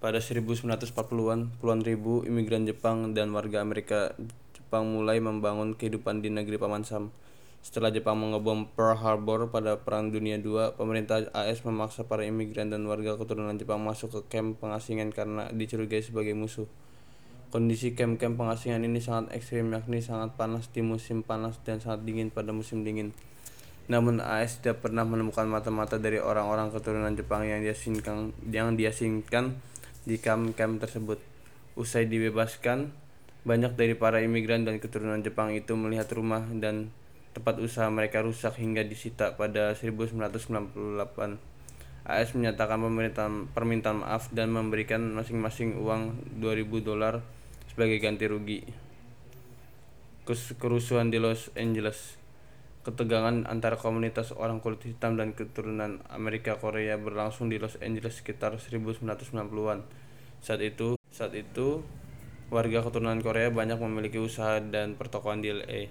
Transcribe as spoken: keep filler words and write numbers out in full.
Pada seribu sembilan ratus empat puluhan, puluhan ribu imigran Jepang dan warga Amerika Jepang mulai membangun kehidupan di negeri Paman Sam. Setelah Jepang mengebom Pearl Harbor pada Perang Dunia kedua, pemerintah A S memaksa para imigran dan warga keturunan Jepang masuk ke kamp pengasingan karena dicurigai sebagai musuh. Kondisi kamp-kamp pengasingan ini sangat ekstrim, yakni sangat panas di musim panas dan sangat dingin pada musim dingin. Namun A S tidak pernah menemukan mata-mata dari orang-orang keturunan Jepang yang diasingkan, yang diasingkan di kamp-kamp tersebut. Usai dibebaskan, banyak dari para imigran dan keturunan Jepang itu melihat rumah dan tempat usaha mereka rusak hingga disita pada seribu sembilan ratus sembilan puluh delapan. A S menyatakan permintaan maaf dan memberikan masing-masing uang dua ribu dolar sebagai ganti rugi. Kerusuhan di Los Angeles. Ketegangan antara komunitas orang kulit hitam dan keturunan Amerika Korea berlangsung di Los Angeles sekitar seribu sembilan ratus sembilan puluhan. Saat itu, saat itu warga keturunan Korea banyak memiliki usaha dan pertokoan di L A.